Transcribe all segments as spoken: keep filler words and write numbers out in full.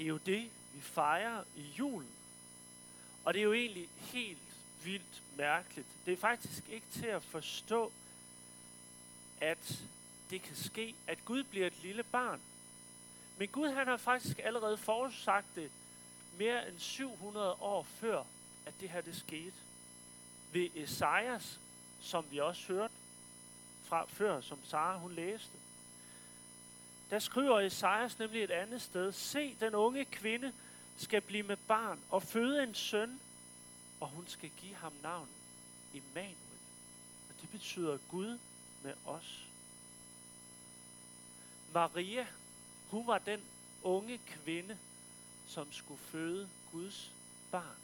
Det er jo det, vi fejrer i julen. Og det er jo egentlig helt vildt mærkeligt. Det er faktisk ikke til at forstå, at det kan ske, at Gud bliver et lille barn. Men Gud, han har faktisk allerede forudsagt det mere end syv hundrede år før, at det her det skete. Ved Esajas, som vi også hørte fra før, som Sara hun læste. Der skriver Esajas nemlig et andet sted: Se, den unge kvinde skal blive med barn og føde en søn, og hun skal give ham navnet Immanuel. Og det betyder Gud med os. Maria, hun var den unge kvinde, som skulle føde Guds barn.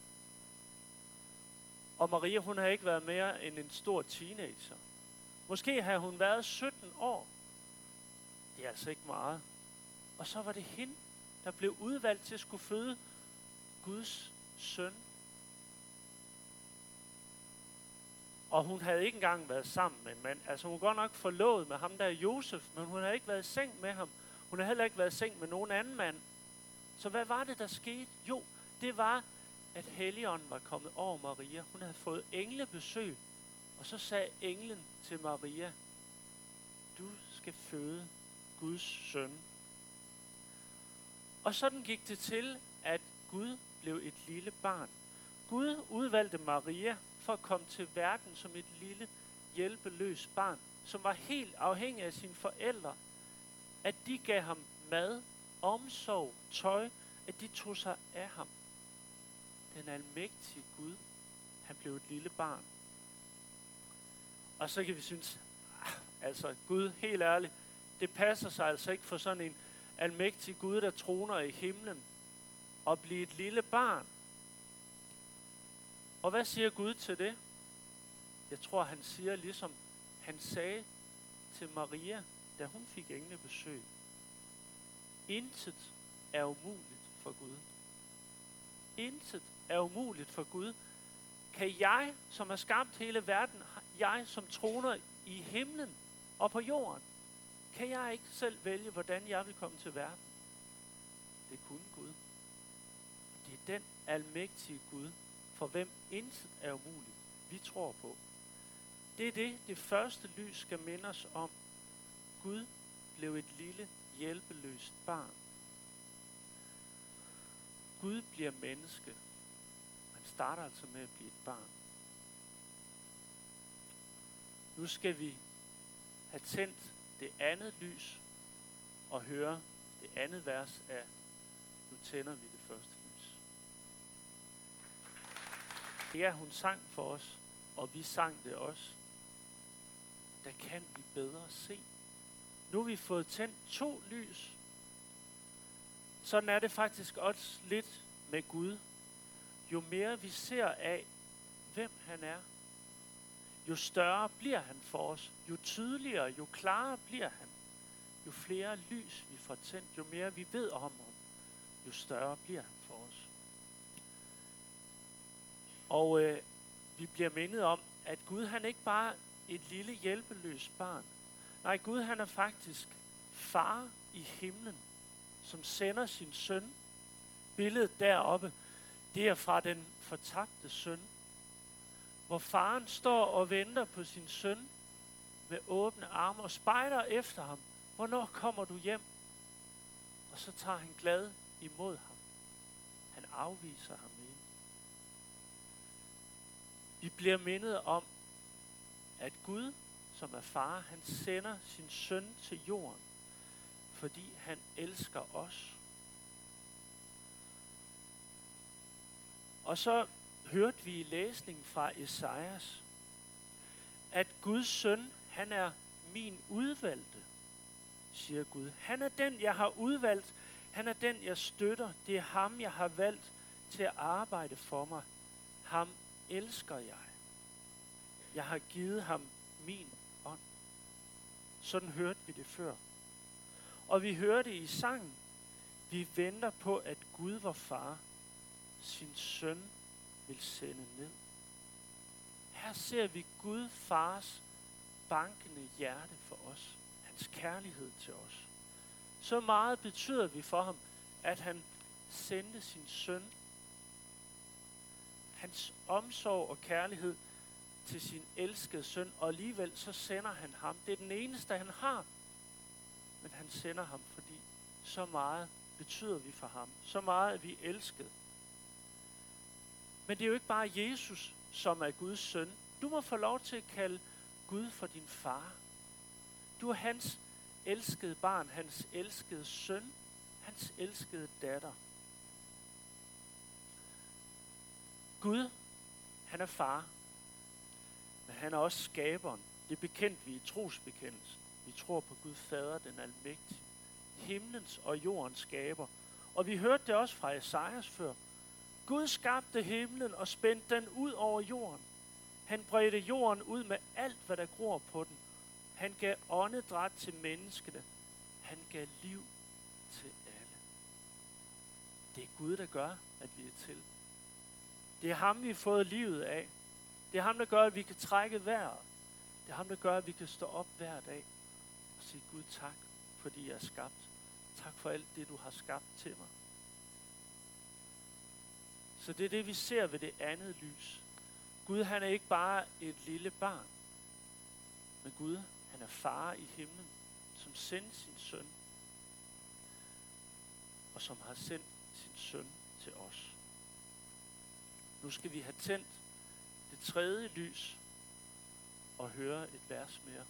Og Maria, hun har ikke været mere end en stor teenager. Måske har hun været sytten år. Det er altså ikke meget. Og så var det hende, der blev udvalgt til at skulle føde Guds søn. Og hun havde ikke engang været sammen med en mand. Altså hun var godt nok forlovet med ham der Josef, men hun havde ikke været i seng med ham. Hun havde heller ikke været i seng med nogen anden mand. Så hvad var det, der skete? Jo, det var, at Helligånden var kommet over Maria. Hun havde fået englebesøg. Og så sagde englen til Maria: du skal føde Guds søn. Og sådan gik det til, at Gud blev et lille barn. Gud udvalgte Maria for at komme til verden som et lille, hjælpeløst barn, som var helt afhængig af sine forældre. At de gav ham mad, omsorg, tøj, at de tog sig af ham. Den almægtige Gud, han blev et lille barn. Og så kan vi synes, altså Gud, helt ærligt, det passer sig altså ikke for sådan en almægtig Gud, der troner i himlen, at blive et lille barn. Og hvad siger Gud til det? Jeg tror, han siger ligesom han sagde til Maria, da hun fik englebesøg: intet er umuligt for Gud. Intet er umuligt for Gud. Kan jeg, som har skabt hele verden, jeg som troner i himlen og på jorden, kan jeg ikke selv vælge, hvordan jeg vil komme til verden? Det kunne Gud. Det er den almægtige Gud, for hvem intet er umuligt, vi tror på. Det er det, det første lys skal minde os om. Gud blev et lille, hjælpeløst barn. Gud bliver menneske. Han starter altså med at blive et barn. Nu skal vi have tændt det andet lys og høre det andet vers af Nu tænder vi det første lys. Det er, hun sang for os, og vi sang det også. Der kan vi bedre se. Nu har vi fået tændt to lys. Sådan er det faktisk også lidt med Gud. Jo mere vi ser af, hvem han er, jo større bliver han for os. Jo tydeligere, jo klarere bliver han. Jo flere lys vi får tændt, jo mere vi ved om ham, jo større bliver han for os. Og øh, vi bliver mindet om, at Gud han er ikke bare et lille hjælpeløst barn. Nej, Gud han er faktisk far i himlen, som sender sin søn. Billedet deroppe, det er fra den fortabte søn, hvor faren står og venter på sin søn med åbne arme og spejder efter ham. Hvornår kommer du hjem? Og så tager han glad imod ham. Han afviser ham ikke. Vi bliver mindet om, at Gud, som er far, han sender sin søn til jorden, fordi han elsker os. Og så hørte vi i læsningen fra Esajas, at Guds søn, han er min udvalgte, siger Gud. Han er den, jeg har udvalgt. Han er den, jeg støtter. Det er ham, jeg har valgt til at arbejde for mig. Ham elsker jeg. Jeg har givet ham min ånd. Sådan hørte vi det før. Og vi hørte i sangen, vi venter på, at Gud, vor far, sin søn vil sende ned. Her ser vi Gud fars bankende hjerte for os. Hans kærlighed til os. Så meget betyder vi for ham, at han sendte sin søn. Hans omsorg og kærlighed til sin elskede søn, og alligevel så sender han ham. Det er den eneste, han har. Men han sender ham, fordi så meget betyder vi for ham. Så meget er vi elskede. Men det er jo ikke bare Jesus, som er Guds søn. Du må få lov til at kalde Gud for din far. Du er hans elskede barn, hans elskede søn, hans elskede datter. Gud, han er far, men han er også skaberen. Det er bekendt vi i trosbekendelsen. Vi tror på Gud Fader, den almægtige, himlens og jordens skaber. Og vi hørte det også fra Esajas før. Gud skabte himlen og spændte den ud over jorden. Han bredte jorden ud med alt, hvad der gror på den. Han gav åndedræt til menneskene. Han gav liv til alle. Det er Gud, der gør, at vi er til. Det er ham, vi har fået livet af. Det er ham, der gør, at vi kan trække vejret. Det er ham, der gør, at vi kan stå op hver dag og sige, Gud, tak, fordi jeg er skabt. Tak for alt det, du har skabt til mig. Så det er det, vi ser ved det andet lys. Gud, han er ikke bare et lille barn, men Gud, han er far i himlen, som sendte sin søn, og som har sendt sin søn til os. Nu skal vi have tændt det tredje lys og høre et vers mere.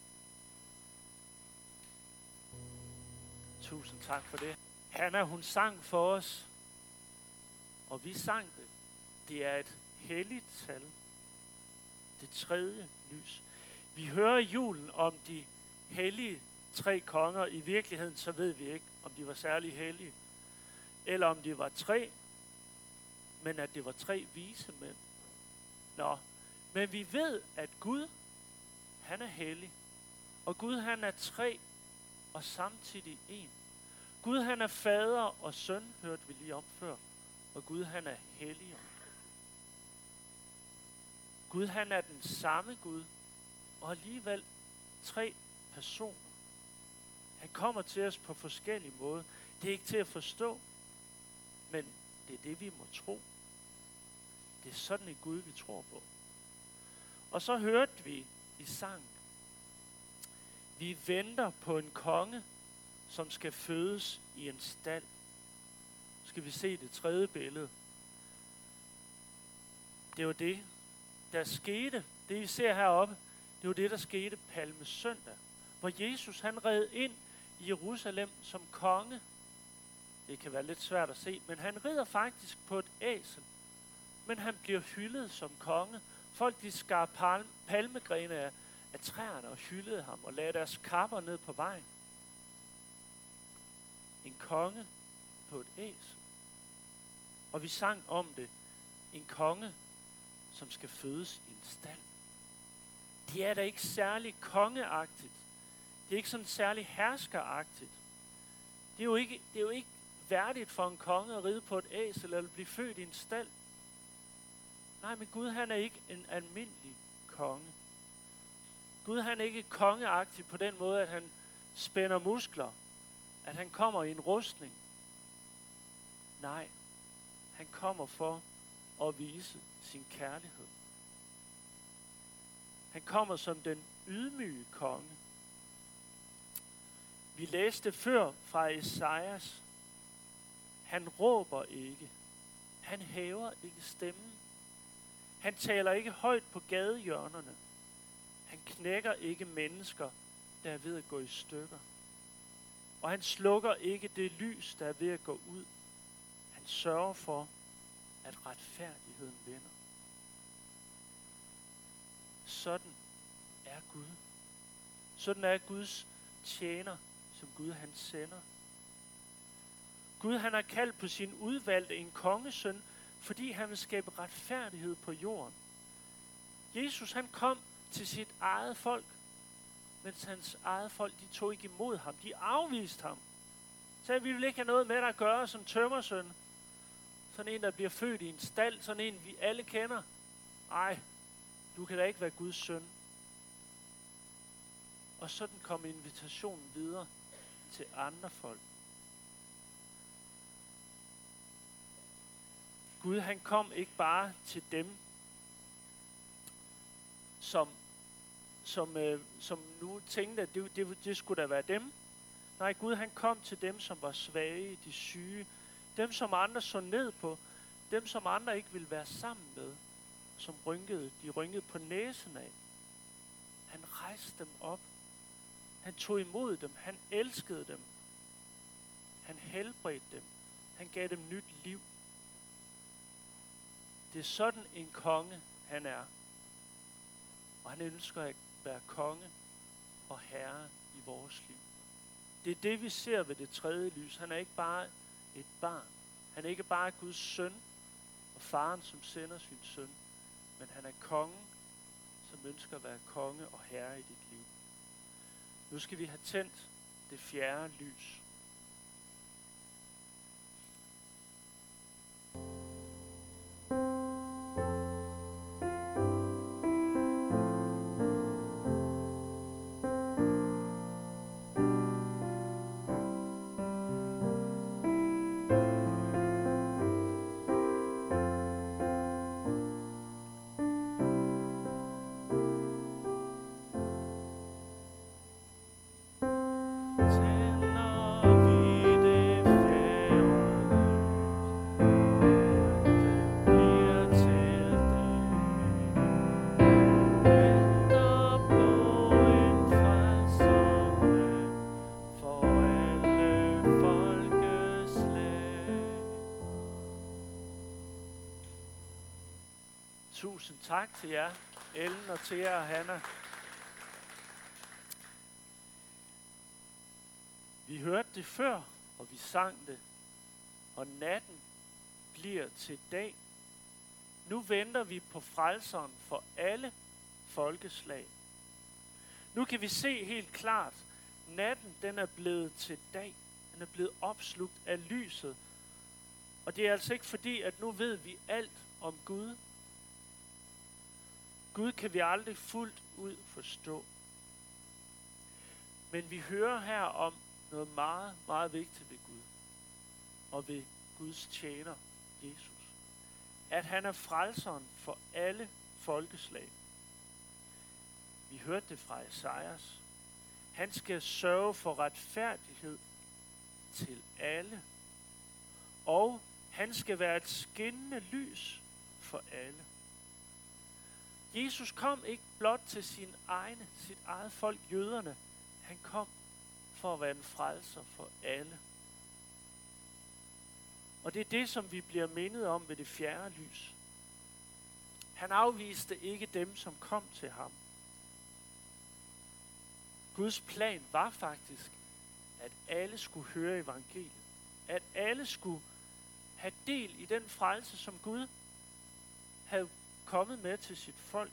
Tusind tak for det. Hanna, hun sang for os, og vi sang det. Det er et helligt tal. Det tredje lys. Vi hører julen om de hellige tre konger. I virkeligheden så ved vi ikke, om de var særlig hellige, eller om de var tre, men at det var tre vise mænd. Nå, men vi ved, at Gud, han er hellig. Og Gud, han er tre og samtidig en. Gud, han er fader og søn, hørte vi lige om før. Og Gud, han er hellig. Gud, han er den samme Gud, og alligevel tre personer. Han kommer til os på forskellige måder. Det er ikke til at forstå, men det er det, vi må tro. Det er sådan en Gud, vi tror på. Og så hørte vi i sang, vi venter på en konge, som skal fødes i en stald. Nu skal vi se det tredje billede. Det var det, der skete. Det, vi ser heroppe, det var det, der skete palmesøndag, hvor Jesus, han red ind i Jerusalem som konge. Det kan være lidt svært at se, men han rider faktisk på et æsel. Men han bliver hyldet som konge. Folk, de skar palm, palmegrene af, af træerne og hyldede ham og lagde deres kapper ned på vejen. En konge på et æsel. Og vi sang om det. En konge, som skal fødes i en stald. Det er da ikke særlig kongeagtigt. Det er ikke sådan særlig herskeragtigt. Det er jo ikke, det er jo ikke værdigt for en konge at ride på et æsel eller blive født i en stald. Nej, men Gud, han er ikke en almindelig konge. Gud, han er ikke kongeagtig på den måde, at han spænder muskler. At han kommer i en rustning. Nej, han kommer for at vise sin kærlighed. Han kommer som den ydmyge konge. Vi læste før fra Esajas. Han råber ikke. Han hæver ikke stemmen. Han taler ikke højt på gadehjørnerne. Han knækker ikke mennesker, der er ved at gå i stykker. Og han slukker ikke det lys, der er ved at gå ud. Han sørger for, at retfærdigheden vinder. Sådan er Gud. Sådan er Guds tjener, som Gud han sender. Gud, han har kaldt på sin udvalgte en kongesøn, fordi han vil skabe retfærdighed på jorden. Jesus, han kom til sit eget folk, mens hans eget folk, de tog ikke imod ham. De afviste ham. Så vi vil ikke have noget med dig at gøre som tømmersøn. Sådan en, der bliver født i en stald. Sådan en, vi alle kender. Ej, du kan da ikke være Guds søn. Og sådan kom invitationen videre til andre folk. Gud, han kom ikke bare til dem, som, som, øh, som nu tænkte, at det, det, det skulle da være dem. Nej, Gud, han kom til dem, som var svage, de syge, dem, som andre så ned på, dem, som andre ikke ville være sammen med, som rynkede, de rynkede på næsen af. Han rejste dem op. Han tog imod dem. Han elskede dem. Han helbredte dem. Han gav dem nyt liv. Det er sådan en konge, han er. Og han ønsker at være konge og herre i vores liv. Det er det, vi ser ved det tredje lys. Han er ikke bare et barn. Han er ikke bare Guds søn og faren, som sender sin søn. Men han er kongen, som ønsker at være konge og herre i dit liv. Nu skal vi have tændt det fjerde lys. Tusind tak til jer, Ellen og Thea og Hanna. Vi hørte det før, og vi sang det. Og natten bliver til dag. Nu venter vi på frelseren for alle folkeslag. Nu kan vi se helt klart, natten den er blevet til dag. Den er blevet opslugt af lyset. Og det er altså ikke fordi, at nu ved vi alt om Gud. Gud kan vi aldrig fuldt ud forstå. Men vi hører her om noget meget, meget vigtigt ved Gud. Og ved Guds tjener, Jesus. At han er frelseren for alle folkeslag. Vi hørte det fra Esajas. Han skal sørge for retfærdighed til alle. Og han skal være et skinnende lys for alle. Jesus kom ikke blot til sin egne, sit eget folk, jøderne. Han kom for at være en frelser for alle. Og det er det, som vi bliver mindet om ved det fjerde lys. Han afviste ikke dem, som kom til ham. Guds plan var faktisk, at alle skulle høre evangeliet. At alle skulle have del i den frelse, som Gud havde kommet med til sit folk.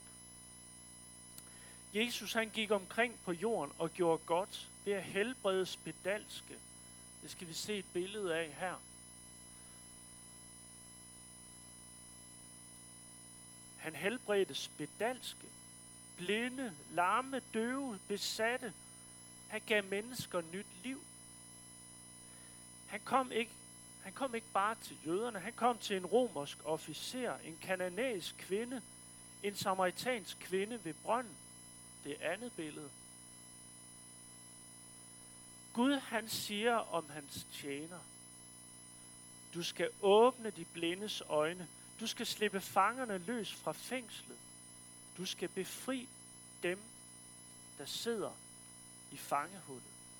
Jesus han gik omkring på jorden og gjorde godt ved at helbrede spedalske. Det skal vi se et billede af her. Han helbredte spedalske, blinde, lamme, døve, besatte. Han gav mennesker nyt liv. Han kom ikke Han kom ikke bare til jøderne, han kom til en romersk officer, en kananæisk kvinde, en samaritansk kvinde ved brønden. Det er andet billede. Gud han siger om hans tjener, du skal åbne de blindes øjne, du skal slippe fangerne løs fra fængslet, du skal befri dem, der sidder i fangehullet.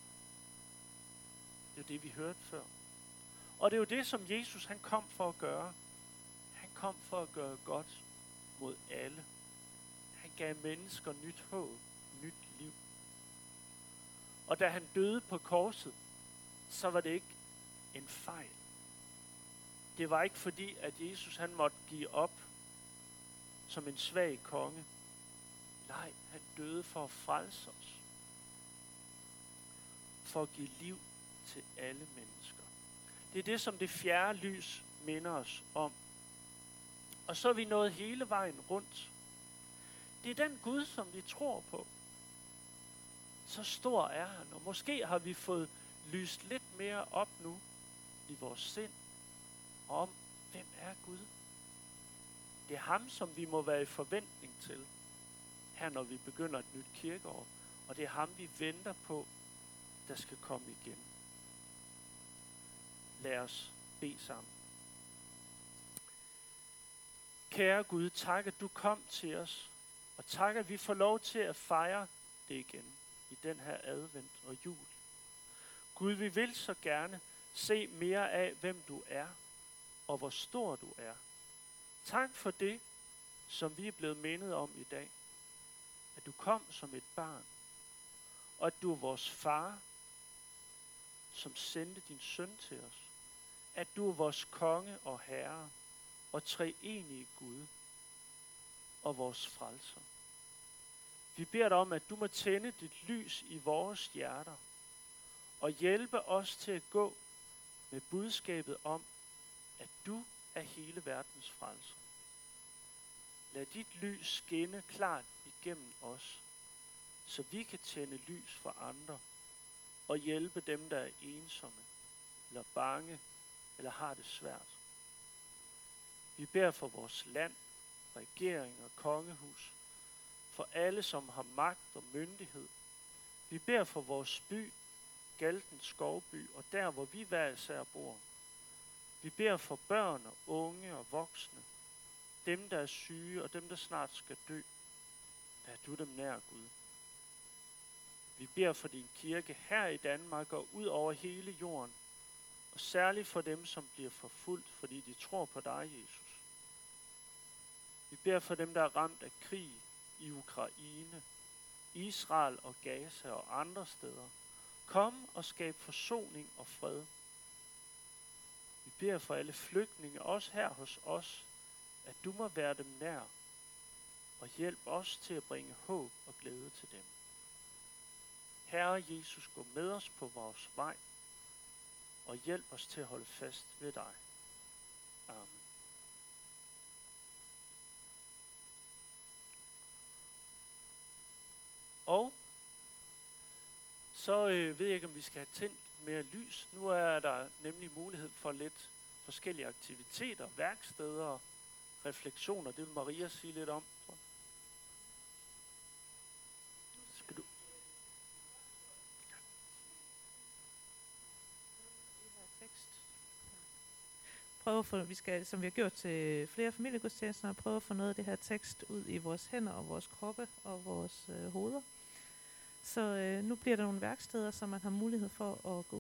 Det er det, vi hørte før. Og det er jo det, som Jesus han kom for at gøre. Han kom for at gøre godt mod alle. Han gav mennesker nyt håb, nyt liv. Og da han døde på korset, så var det ikke en fejl. Det var ikke fordi, at Jesus han måtte give op som en svag konge. Nej, han døde for at frelse os. For at give liv til alle mennesker. Det er det, som det fjerde lys minder os om. Og så er vi nået hele vejen rundt. Det er den Gud, som vi tror på. Så stor er han, og måske har vi fået lyst lidt mere op nu i vores sind om, hvem er Gud. Det er ham, som vi må være i forventning til, her når vi begynder et nyt kirkeår. Og det er ham, vi venter på, der skal komme igen. Lad os bede sammen. Kære Gud, tak at du kom til os, og tak at vi får lov til at fejre det igen i den her advent og jul. Gud, vi vil så gerne se mere af, hvem du er, og hvor stor du er. Tak for det, som vi er blevet mindet om i dag. At du kom som et barn, og at du er vores far, som sendte din søn til os. At du er vores konge og herre, og treenige Gud, og vores frelser. Vi beder dig om, at du må tænde dit lys i vores hjerter, og hjælpe os til at gå med budskabet om, at du er hele verdens frelser. Lad dit lys skinne klart igennem os, så vi kan tænde lys for andre og hjælpe dem, der er ensomme, eller bange, eller har det svært. Vi beder for vores land, regering og kongehus, for alle, som har magt og myndighed. Vi beder for vores by, Galten Skovby, og der, hvor vi hver især bor. Vi beder for børn og unge og voksne, dem, der er syge og dem, der snart skal dø. Lad du dem nær, Gud. Vi beder for din kirke her i Danmark og ud over hele jorden, og særligt for dem, som bliver forfulgt, fordi de tror på dig, Jesus. Vi beder for dem, der er ramt af krig i Ukraine, Israel og Gaza og andre steder. Kom og skab forsoning og fred. Vi beder for alle flygtninge, også her hos os, at du må være dem nær, og hjælp os til at bringe håb og glæde til dem. Herre Jesus, gå med os på vores vej, og hjælp os til at holde fast ved dig. Amen. Og så øh, ved jeg ikke, om vi skal have tændt mere lys. Nu er der nemlig mulighed for lidt forskellige aktiviteter, værksteder, refleksioner. Det vil Maria sige lidt om. Skal du? Prøve at få, vi skal, som vi har gjort til flere familiegudstjenester, prøve at få noget af det her tekst ud i vores hænder og vores kroppe og vores øh, hoveder. Så øh, nu bliver der nogle værksteder, så man har mulighed for at gå